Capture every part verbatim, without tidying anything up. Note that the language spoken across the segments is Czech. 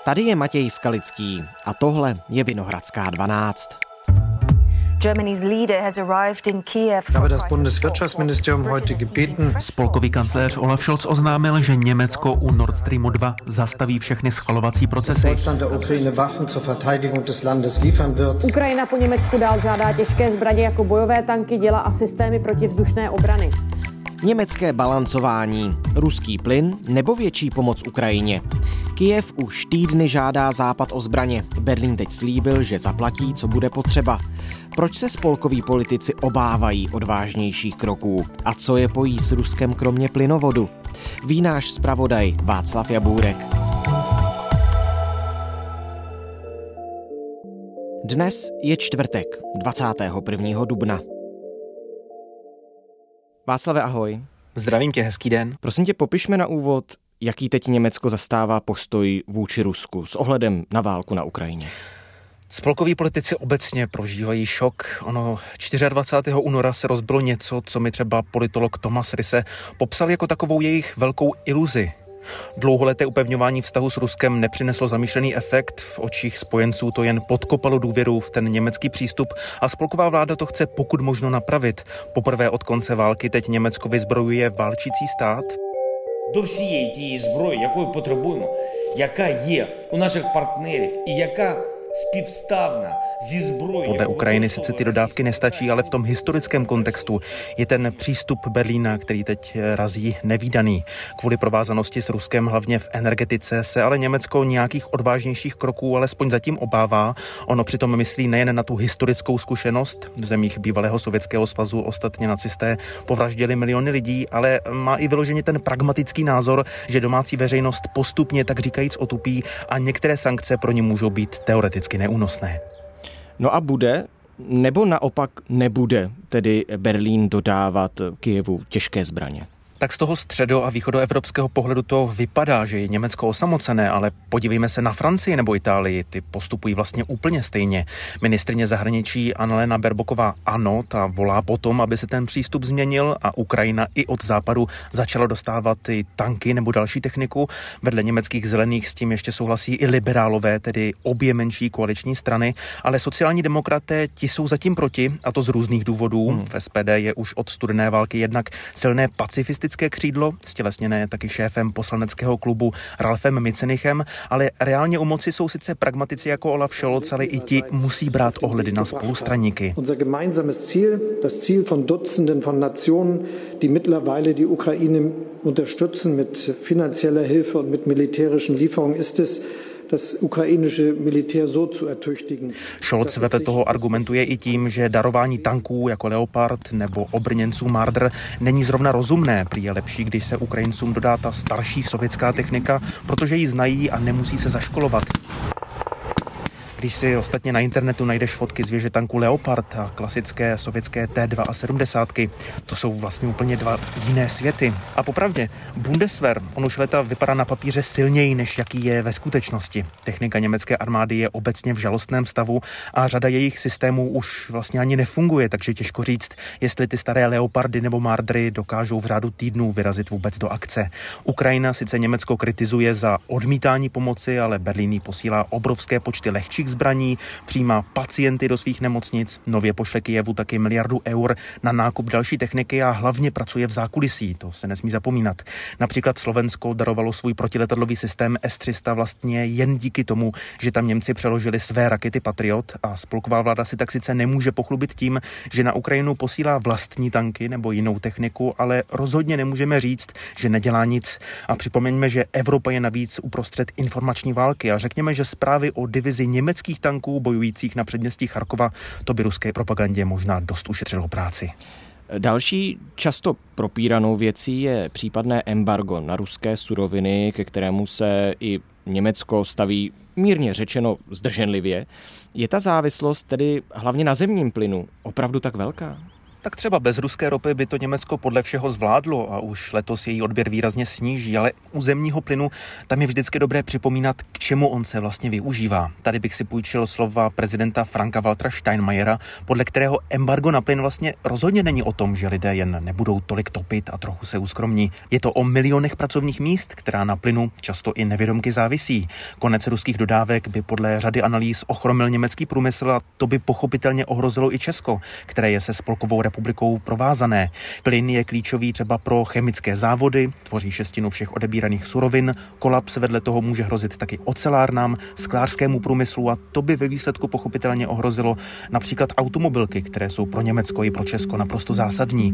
Tady je Matěj Skalický a tohle je Vinohradská dvanáct. Aber das Bundeswirtschaftsministerium heute gebeten. Spolkový kancléř Olaf Scholz oznámil, že Německo u Nord Streamu dva zastaví všechny schvalovací procesy. Deutschland der Ukraine Waffen zur Verteidigung des Landes liefern wird. Ukrajina po Německu dál žádá těžké zbraně jako bojové tanky, děla a systémy protivzdušné obrany. Německé balancování, ruský plyn nebo větší pomoc Ukrajině. Kyjev už týdny žádá Západ o zbraně. Berlín teď slíbil, že zaplatí, co bude potřeba. Proč se spolkoví politici obávají odvážnějších kroků? A co je pojí s Ruskem kromě plynovodu? Ví náš zpravodaj Václav Jabůrek. Dnes je čtvrtek, dvacátého prvního dubna. Václave, ahoj. Zdravím tě, hezký den. Prosím tě, popišme na úvod, jaký teď Německo zastává postoj vůči Rusku s ohledem na válku na Ukrajině. Spolkoví politici obecně prožívají šok. Ono dvacátého čtvrtého února se rozbilo něco, co mi třeba politolog Thomas Risse popsal jako takovou jejich velkou iluzi. Dlouholeté upevňování vztahu s Ruskem nepřineslo zamýšlený efekt, v očích spojenců to jen podkopalo důvěru v ten německý přístup a spolková vláda to chce pokud možno napravit. Poprvé od konce války teď Německo vyzbrojuje válčící stát. До всієї тієї зброї, якої потребуємо, яка є у наших партнерів і яка spівставна zí zbrojí. Podle Ukrajiny sice ty dodávky nestačí, ale v tom historickém kontextu je ten přístup Berlína, který teď razí, nevídaný. Kvůli provázanosti s Ruskem, hlavně v energetice, se ale Německo nějakých odvážnějších kroků alespoň zatím obává. Ono přitom myslí nejen na tu historickou zkušenost. V zemích bývalého Sovětského svazu ostatně nacisté povraždili miliony lidí, ale má i vyloženě ten pragmatický názor, že domácí veřejnost postupně tak říkajíc otupí a některé sankce pro ně můžou být teoreticky neúnosné. No a bude, nebo naopak nebude tedy Berlín dodávat Kyjevu těžké zbraně? Tak z toho středo- a východoevropského pohledu to vypadá, že je Německo osamocené, ale podívejme se na Francii nebo Itálii, ty postupují vlastně úplně stejně. Ministryně zahraničí Annalena Baerbocková ano, ta volá potom, aby se ten přístup změnil a Ukrajina i od západu začala dostávat i tanky nebo další techniku. Vedle německých zelených s tím ještě souhlasí i liberálové, tedy obě menší koaliční strany, ale sociální demokraté ti jsou zatím proti, a to z různých důvodů. Hmm. V S P D je už od studené války jednak silné pacifistické křídlo, stělesněné taky šéfem poslaneckého klubu Ralfem Mützenichem, ale reálně u moci jsou sice pragmatici jako Olaf Scholz, ale i ti musí brát ohledy na spolustraníky. Unser gemeinsames Ziel, das Ziel von Dutzenden von Nationen, die mittlerweile die Ukraine unterstützen mit finanzieller Hilfe und mit militärischen Lieferungen, ist es, das ukrainische Militär so zu ertüchtigen. Scholz vedle toho argumentuje i tím, že darování tanků jako Leopard nebo obrněnců Marder není zrovna rozumné. Prý je lepší, když se Ukrajincům dodá ta starší sovětská technika, protože ji znají a nemusí se zaškolovat. Když si ostatně na internetu najdeš fotky z věže tanku Leopard a klasické sovětské T sedmdesát dva, to jsou vlastně úplně dva jiné světy. A popravdě, Bundeswehr, on už leta vypadá na papíře silněji, než jaký je ve skutečnosti. Technika německé armády je obecně v žalostném stavu a řada jejich systémů už vlastně ani nefunguje, takže těžko říct, jestli ty staré Leopardy nebo Mardry dokážou v řádu týdnů vyrazit vůbec do akce. Ukrajina sice Německo kritizuje za odmítání pomoci, ale Berlín jí posílá obrovské počty lehčích zbraní, přijímá pacienty do svých nemocnic, nově pošle Kyjevu taky miliardu eur na nákup další techniky a hlavně pracuje v zákulisí, to se nesmí zapomínat. Například Slovensko darovalo svůj protiletadlový systém S tři sta vlastně jen díky tomu, že tam Němci přeložili své rakety Patriot a spolková vláda si tak sice nemůže pochlubit tím, že na Ukrajinu posílá vlastní tanky nebo jinou techniku, ale rozhodně nemůžeme říct, že nedělá nic. A připomeňme, že Evropa je navíc uprostřed informační války a řekněme, že zprávy o divizi německých tanků bojujících na předměstí Charkova, to by ruské propagandě možná dost ušetřilo práci. Další často propíranou věcí je případné embargo na ruské suroviny, ke kterému se i Německo staví mírně řečeno zdrženlivě. Je ta závislost tedy hlavně na zemním plynu opravdu tak velká? Tak třeba bez ruské ropy by to Německo podle všeho zvládlo a už letos její odběr výrazně sníží, ale u zemního plynu tam je vždycky dobré připomínat, k čemu on se vlastně využívá. Tady bych si půjčil slova prezidenta Franka-Waltera Steinmeiera, podle kterého embargo na plyn vlastně rozhodně není o tom, že lidé jen nebudou tolik topit a trochu se uskromní. Je to o milionech pracovních míst, která na plynu často i nevědomky závisí. Konec ruských dodávek by podle řady analýz ochromil německý průmysl a to by pochopitelně ohrozilo i Česko, které je se Spolkovou republikou provázané. Plyn je klíčový třeba pro chemické závody, tvoří šestinu všech odebíraných surovin, kolaps vedle toho může hrozit taky ocelárnám, sklářskému průmyslu a to by ve výsledku pochopitelně ohrozilo například automobilky, které jsou pro Německo i pro Česko naprosto zásadní.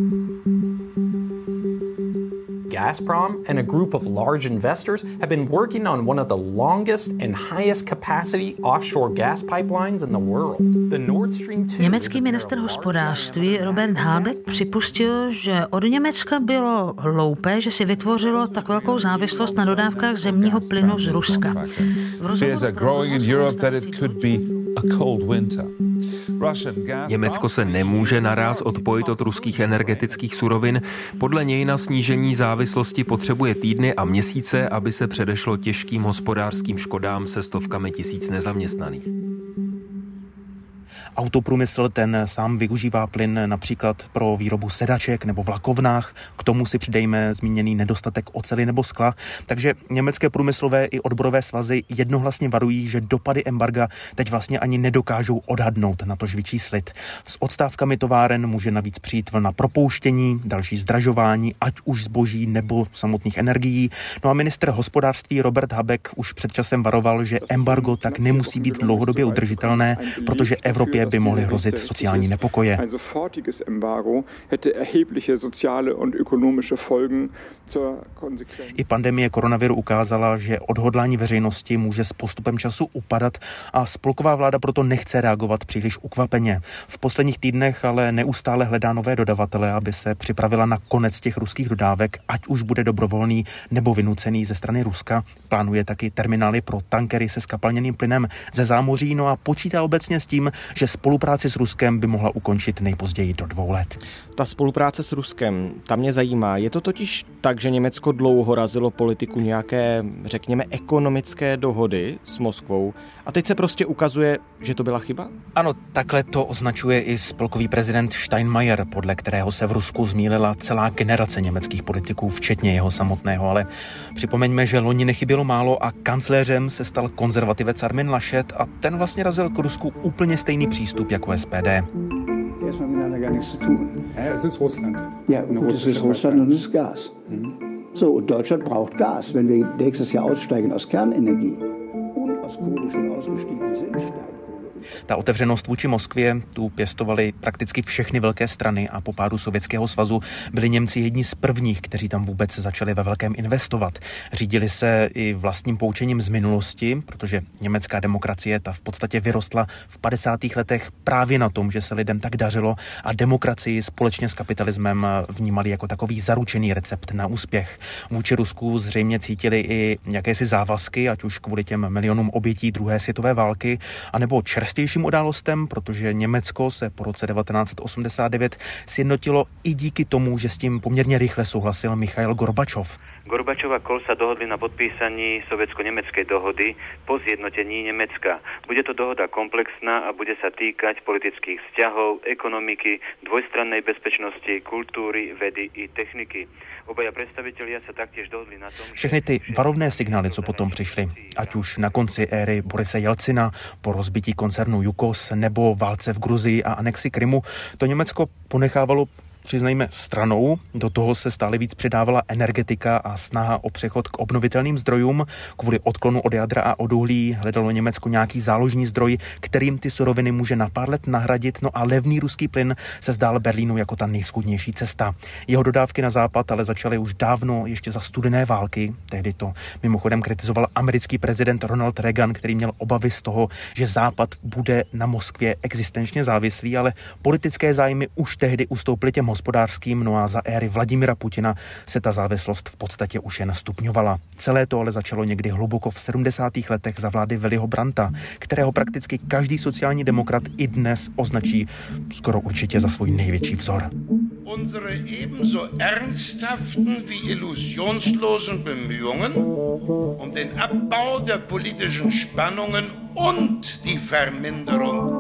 Gazprom and a group of large investors have been working on one of the longest and highest capacity offshore gas pipelines in the world. The Nord Stream two. Německý ministr hospodářství Robert Habeck připustil, že od Německa bylo hloupé, že si vytvořilo tak velkou závislost na dodávkách zemního plynu z Ruska. Německo se nemůže naráz odpojit od ruských energetických surovin. Podle něj na snížení závislosti potřebuje týdny a měsíce, aby se předešlo těžkým hospodářským škodám se stovkami tisíc nezaměstnaných. Autoprůmysl ten sám využívá plyn například pro výrobu sedaček nebo vlakovnách. K tomu si přidejme zmíněný nedostatek oceli nebo skla. Takže německé průmyslové i odborové svazy jednohlasně varují, že dopady embarga teď vlastně ani nedokážou odhadnout, natož vyčíslit. S odstávkami továren může navíc přijít vlna propouštění, další zdražování, ať už zboží nebo samotných energií. No a ministr hospodářství Robert Habeck už před časem varoval, že embargo tak nemusí být dlouhodobě udržitelné, protože Evropě by mohly hrozit sociální nepokoje. I pandemie koronaviru ukázala, že odhodlání veřejnosti může s postupem času upadat a spolková vláda proto nechce reagovat příliš ukvapeně. V posledních týdnech ale neustále hledá nové dodavatele, aby se připravila na konec těch ruských dodávek, ať už bude dobrovolný nebo vynucený ze strany Ruska. Plánuje taky terminály pro tankery se skapalněným plynem ze zámoří, no a počítá obecně s tím, že spolupráci s Ruskem by mohla ukončit nejpozději do dvou let. Ta spolupráce s Ruskem, ta mě zajímá. Je to totiž tak, že Německo dlouho razilo politiku nějaké, řekněme, ekonomické dohody s Moskvou a teď se prostě ukazuje, že to byla chyba? Ano, takhle to označuje i spolkový prezident Steinmeier, podle kterého se v Rusku zmýlila celá generace německých politiků, včetně jeho samotného. Ale připomeňme, že loni nechybělo málo a kancléřem se stal konzervativec Armin Laschet a ten vlastně razil k Rusku úplně stejný přístup jako S P D. Es ist Russland. Ja, gut, es ist Russland und es ist Gas. So, und Deutschland braucht Gas, wenn wir nächstes Jahr aussteigen aus Kernenergie und aus Kohle schon ausgestiegen sind, steigen. Ta otevřenost vůči Moskvě tu pěstovali prakticky všechny velké strany a po pádu Sovětského svazu byli Němci jedni z prvních, kteří tam vůbec začali ve velkém investovat. Řídili se i vlastním poučením z minulosti, protože německá demokracie ta v podstatě vyrostla v padesátých letech právě na tom, že se lidem tak dařilo a demokracii společně s kapitalismem vnímali jako takový zaručený recept na úspěch. Vůči Rusku zřejmě cítili i jakési závazky, ať už kvůli těm milionům obětí druhé světové války, anebo čerstějším událostem, protože Německo se po roce devatenáct osmdesát devět sjednotilo i díky tomu, že s tím poměrně rychle souhlasil Michail Gorbačov. Gorbačov a Kohl sa dohodli na podpísaní sovětsko-německé dohody po zjednotení Německa. Bude to dohoda komplexná a bude sa týkať politických vzťahov, ekonomiky, dvojstrannej bezpečnosti, kultúry, vedy i techniky. Obaja predstavitelia sa taktiež dohodli na tom, všechny ty varovné signály, co potom přišly, ať už na konci éry Borise Jelcina, po rozbití koncernu Jukos nebo válce v Gruzii a anexi Krymu, to Německo ponechávalo, přiznejme, stranou. Do toho se stále víc přidávala energetika a snaha o přechod k obnovitelným zdrojům. Kvůli odklonu od jádra a od uhlí hledalo Německo nějaký záložní zdroj, kterým ty suroviny může na pár let nahradit, no a levný ruský plyn se zdál Berlínu jako ta nejschudnější cesta. Jeho dodávky na západ ale začaly už dávno, ještě za studené války. Tehdy to mimochodem kritizoval americký prezident Ronald Reagan, který měl obavy z toho, že západ bude na Moskvě existenčně závislý, ale politické zájmy už tehdy ustoupily těm hospodářským, no a za éry Vladimira Putina se ta závislost v podstatě už jen stupňovala. Celé to ale začalo někdy hluboko v sedmdesátých letech za vlády Willyho Brandta, kterého prakticky každý sociální demokrat i dnes označí skoro určitě za svůj největší vzor. Unsere ebenso ernsthaften wie illusionslosen Bemühungen um den Abbau der politischen Spannungen und die Verminderung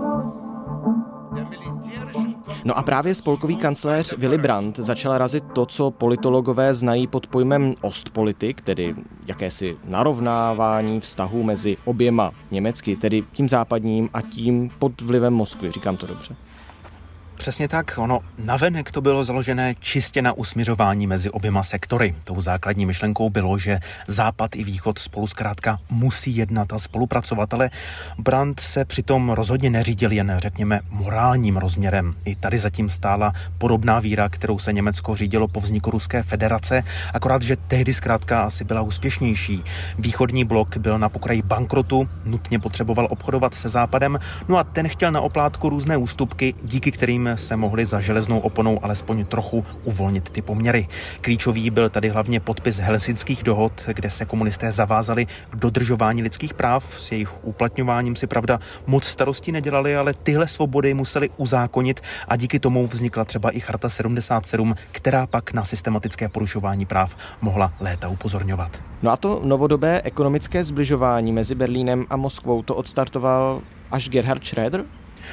der militärischen. No a právě spolkový kancléř Willy Brandt začal razit to, co politologové znají pod pojmem Ostpolitik, tedy jakési narovnávání vztahů mezi oběma Německy, tedy tím západním a tím pod vlivem Moskvy. Říkám to dobře? Přesně tak, ono navenek to bylo založené čistě na usmiřování mezi oběma sektory. Tou základní myšlenkou bylo, že Západ i Východ spolu zkrátka musí jednat a spolupracovat, ale Brandt se přitom rozhodně neřídil jen, řekněme, morálním rozměrem. I tady zatím stála podobná víra, kterou se Německo řídilo po vzniku Ruské federace, akorát, že tehdy zkrátka asi byla úspěšnější. Východní blok byl na pokraji bankrotu, nutně potřeboval obchodovat se Západem, no a ten chtěl na oplátku různé ústupky, díky kterým se mohli za železnou oponou alespoň trochu uvolnit ty poměry. Klíčový byl tady hlavně podpis helsinských dohod, kde se komunisté zavázali k dodržování lidských práv. S jejich uplatňováním si pravda moc starostí nedělali, ale tyhle svobody museli uzákonit a díky tomu vznikla třeba i Charta sedmdesát sedm, která pak na systematické porušování práv mohla léta upozorňovat. No a to novodobé ekonomické zbližování mezi Berlínem a Moskvou to odstartoval až Gerhard Schröder?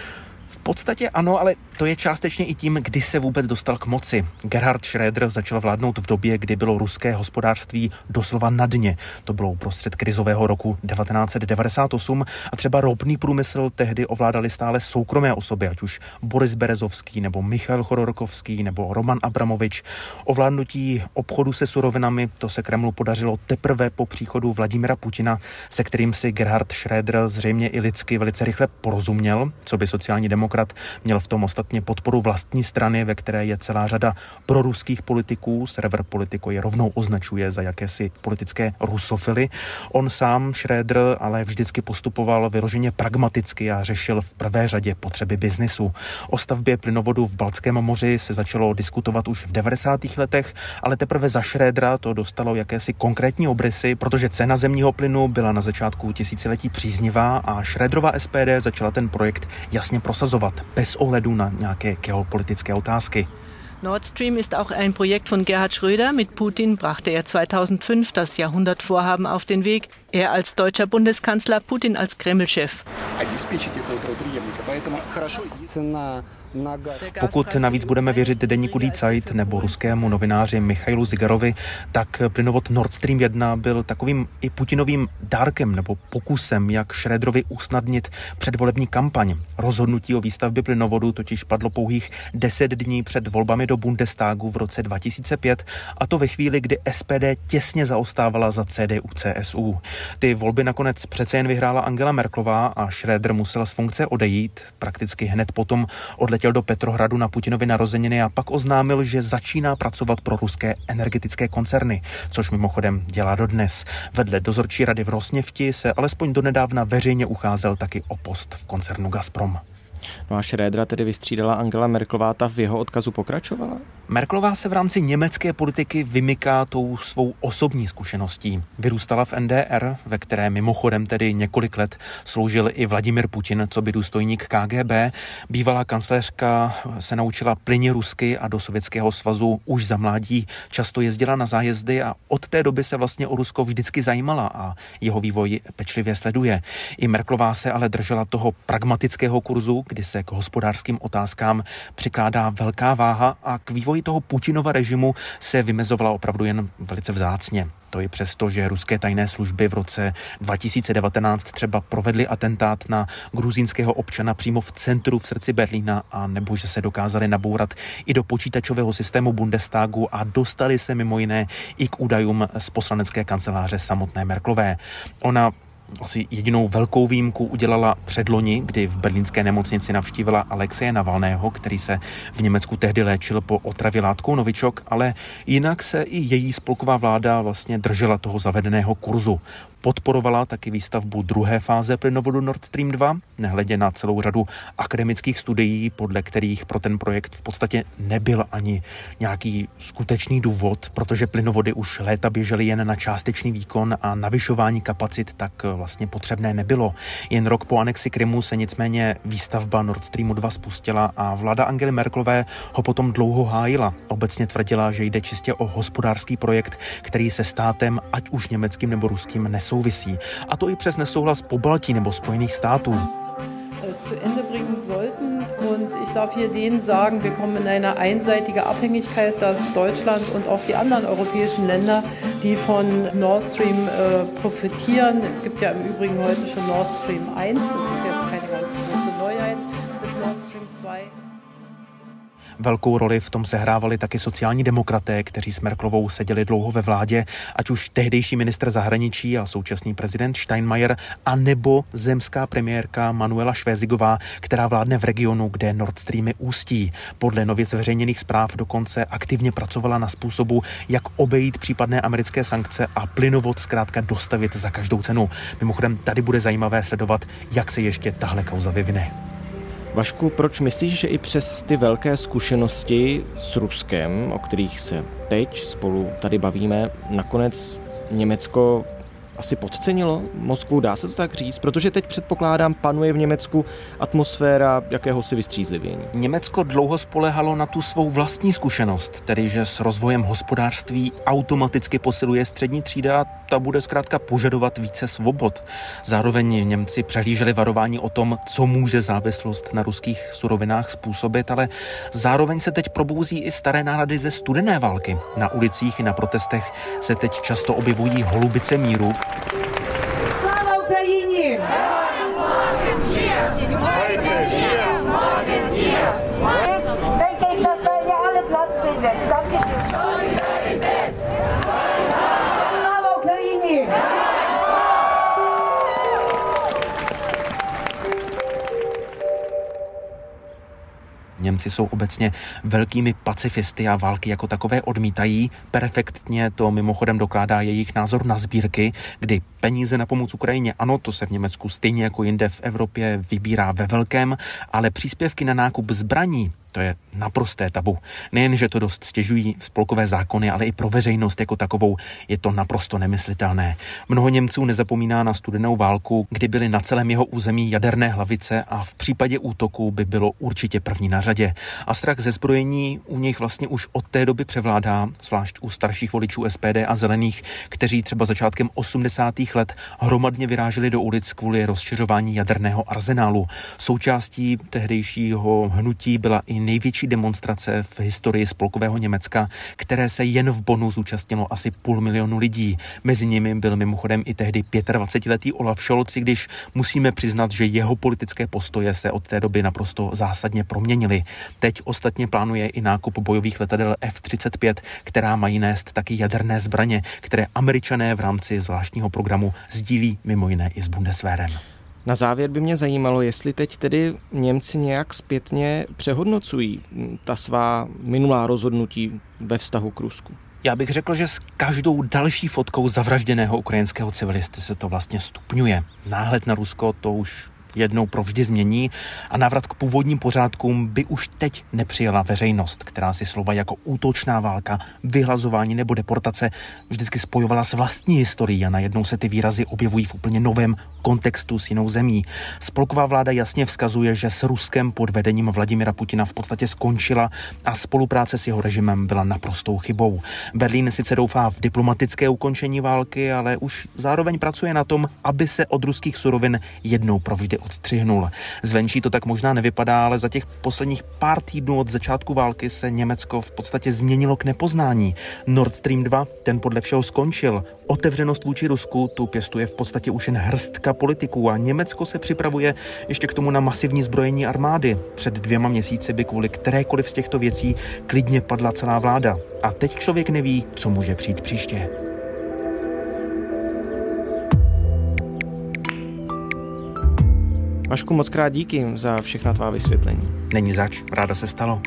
V podstatě ano, ale to je částečně i tím, kdy se vůbec dostal k moci. Gerhard Schröder začal vládnout v době, kdy bylo ruské hospodářství doslova na dně. To bylo uprostřed krizového roku devatenáct set devadesát osm a třeba ropný průmysl tehdy ovládali stále soukromé osoby, ať už Boris Berezovský nebo Michail Chodorkovský nebo Roman Abramovič. Ovládnutí obchodu se surovinami to se Kremlu podařilo teprve po příchodu Vladimira Putina, se kterým si Gerhard Schröder zřejmě i lidsky velice rychle porozuměl, co by sociální demokrat měl v tom ostatně podporu vlastní strany, ve které je celá řada proruských politiků. Server Politico je rovnou označuje za jakési politické rusofily. On sám, Schröder, ale vždycky postupoval vyloženě pragmaticky a řešil v prvé řadě potřeby biznisu. O stavbě plynovodu v Baltském moři se začalo diskutovat už v devadesátých letech, ale teprve za Schrödera to dostalo jakési konkrétní obrysy, protože cena zemního plynu byla na začátku tisíciletí příznivá a Schröderova S P D začala ten projekt jasně prosazovat bez ohledu na nějaké geopolitické otázky. Nord Stream ist auch ein Projekt von Gerhard Schröder. Mit Putin brachte er zweitausendfünf das Jahrhundertvorhaben auf den Weg. Er als deutscher Bundeskanzler, Putin als Kreml-Šéf. Pokud navíc budeme věřit deníku Die Zeit nebo ruskému novináři Michailu Zigarovi, tak plynovod Nord Stream jedna byl takovým i Putinovým dárkem nebo pokusem, jak Schröderovi usnadnit předvolební kampaň. Rozhodnutí o výstavbě plynovodu totiž padlo pouhých deset dní před volbami do Bundestagu v roce dva tisíce pět, a to ve chvíli, kdy S P D těsně zaostávala za C D U C S U. Ty volby nakonec přece jen vyhrála Angela Merkelová a Schröder musel z funkce odejít. Prakticky hned potom odletěl do Petrohradu na Putinovy narozeniny a pak oznámil, že začíná pracovat pro ruské energetické koncerny, což mimochodem dělá dodnes. Vedle dozorčí rady v Rosnefti se alespoň donedávna veřejně ucházel taky o post v koncernu Gazprom. No a Schrödera tedy vystřídala Angela Merkelová, ta v jeho odkazu pokračovala? Merkelová se v rámci německé politiky vymyká tou svou osobní zkušeností. Vyrůstala v N D R, ve které mimochodem tedy několik let sloužil i Vladimir Putin, co by důstojník K G B. Bývalá kancléřka se naučila plynně rusky a do Sovětského svazu už za mládí často jezdila na zájezdy a od té doby se vlastně o Rusko vždycky zajímala a jeho vývoj pečlivě sleduje. I Merkelová se ale držela toho pragmatického kurzu, kdy se k hospodářským otázkám přikládá velká váha a k vývoji toho Putinova režimu se vymezovala opravdu jen velice vzácně. To je přesto, že ruské tajné služby v roce dva tisíce devatenáct třeba provedly atentát na gruzínského občana přímo v centru v srdci Berlína, a nebo že se dokázali nabourat i do počítačového systému Bundestagu a dostali se mimo jiné i k údajům z poslanecké kanceláře samotné Merkelové. Ona Asi jedinou velkou výjimku udělala předloni, kdy v berlínské nemocnici navštívila Alexeje Navalného, který se v Německu tehdy léčil po otravě látkou Novičok, ale jinak se i její spolková vláda vlastně držela toho zavedeného kurzu. Podporovala taky výstavbu druhé fáze plynovodu Nord Stream dva, nehledě na celou řadu akademických studií, podle kterých pro ten projekt v podstatě nebyl ani nějaký skutečný důvod, protože plynovody už léta běžely jen na částečný výkon a navyšování kapacit tak vlastně potřebné nebylo. Jen rok po anexi Krymu se nicméně výstavba Nord Streamu dva spustila a vláda Angely Merkelové ho potom dlouho hájila. Obecně tvrdila, že jde čistě o hospodářský projekt, který se státem, ať už německým nebo ruským, nesouvisí. A to i přes nesouhlas Pobaltí nebo Spojených států. Zu Ende bringen sollten. Und ich darf hier denen sagen, wir kommen in eine einseitige Abhängigkeit, dass Deutschland und auch die anderen europäischen Länder, die von Nord Stream äh, profitieren. Es gibt ja im Übrigen heute schon Nord Stream eins, das ist jetzt keine ganz große Neuheit mit Nord Stream zwei. Velkou roli v tom sehrávali taky sociální demokraté, kteří s Merkelovou seděli dlouho ve vládě, ať už tehdejší ministr zahraničí a současný prezident Steinmeier, a nebo zemská premiérka Manuela Švézigová, která vládne v regionu, kde Nord Streamy ústí. Podle nově zveřejněných zpráv dokonce aktivně pracovala na způsobu, jak obejít případné americké sankce a plynovod zkrátka dostavit za každou cenu. Mimochodem, tady bude zajímavé sledovat, jak se ještě tahle kauza vyvine. Vašku, proč myslíš, že i přes ty velké zkušenosti s Ruskem, o kterých se teď spolu tady bavíme, nakonec Německo asi podcenilo Moskvu, dá se to tak říct? Protože teď předpokládám, panuje v Německu atmosféra jakéhosi vystřízlivění. Německo dlouho spolehalo na tu svou vlastní zkušenost, tedy že s rozvojem hospodářství automaticky posiluje střední třída a ta bude zkrátka požadovat více svobod. Zároveň Němci přehlíželi varování o tom, co může závislost na ruských surovinách způsobit, ale zároveň se teď probouzí i staré nálady ze studené války. Na ulicích i na protestech se teď často objevují holubice míru. Слава Україні! Denke ich, dass da hier alle Platz finden. Danke schön. Слава Україні! Němci jsou obecně velkými pacifisty a války jako takové odmítají. Perfektně to mimochodem dokládá jejich názor na sbírky, kdy peníze na pomoc Ukrajině, ano, to se v Německu stejně jako jinde v Evropě vybírá ve velkém, ale příspěvky na nákup zbraní, to je naprosté tabu. Nejen, že to dost stěžují spolkové zákony, ale i pro veřejnost jako takovou je to naprosto nemyslitelné. Mnoho Němců nezapomíná na studenou válku, kdy byly na celém jeho území jaderné hlavice a v případě útoku by bylo určitě první na řadě. A strach ze zbrojení u nich vlastně už od té doby převládá, zvlášť u starších voličů S P D a zelených, kteří třeba začátkem osmdesátých let hromadně vyráželi do ulic kvůli rozšiřování jaderného arzenálu. Součástí tehdejšího hnutí byla i největší demonstrace v historii spolkového Německa, které se jen v Bonnu zúčastnilo asi půl milionu lidí. Mezi nimi byl mimochodem i tehdy dvacetipětiletý Olaf Scholz, když musíme přiznat, že jeho politické postoje se od té doby naprosto zásadně proměnily. Teď ostatně plánuje i nákup bojových letadel F třicet pět, která mají nést taky jaderné zbraně, které Američané v rámci zvláštního programu sdílí mimo jiné i s Bundeswehrem. Na závěr by mě zajímalo, jestli teď tedy Němci nějak zpětně přehodnocují ta svá minulá rozhodnutí ve vztahu k Rusku. Já bych řekl, že s každou další fotkou zavražděného ukrajinského civilisty se to vlastně stupňuje. Náhled na Rusko to už jednou provždy změní a návrat k původním pořádkům by už teď nepřijala veřejnost, která si slova jako útočná válka, vyhlazování nebo deportace vždycky spojovala s vlastní historií a najednou se ty výrazy objevují v úplně novém kontextu s jinou zemí. Spolková vláda jasně vzkazuje, že s Ruskem pod vedením Vladimira Putina v podstatě skončila a spolupráce s jeho režimem byla naprostou chybou. Berlín sice doufá v diplomatické ukončení války, ale už zároveň pracuje na tom, aby se od ruských surovin jednou provždy odstřihnul. Zvenčí to tak možná nevypadá, ale za těch posledních pár týdnů od začátku války se Německo v podstatě změnilo k nepoznání. Nord Stream dva, ten podle všeho skončil. Otevřenost vůči Rusku tu pěstuje v podstatě už jen hrstka politiků a Německo se připravuje ještě k tomu na masivní zbrojení armády. Před dvěma měsíci by kvůli kterékoliv z těchto věcí klidně padla celá vláda. A teď člověk neví, co může přijít příště. Vašku, moc krát díky za všechna tvá vysvětlení. Není zač, ráda se stalo.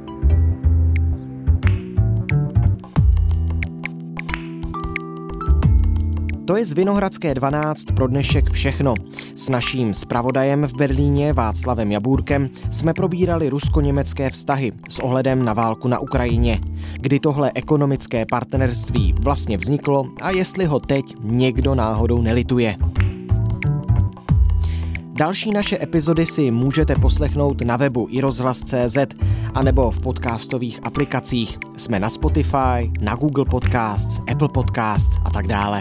To je z Vinohradské dvanáct pro dnešek všechno. S naším zpravodajem v Berlíně Václavem Jabůrkem jsme probírali rusko-německé vztahy s ohledem na válku na Ukrajině. Kdy tohle ekonomické partnerství vlastně vzniklo a jestli ho teď někdo náhodou nelituje. Další naše epizody si můžete poslechnout na webu i rozhlas tečka cé zet anebo v podcastových aplikacích. Jsme na Spotify, na Google Podcasts, Apple Podcasts a tak dále.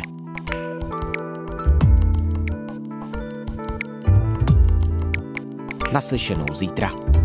Naslyšenou zítra.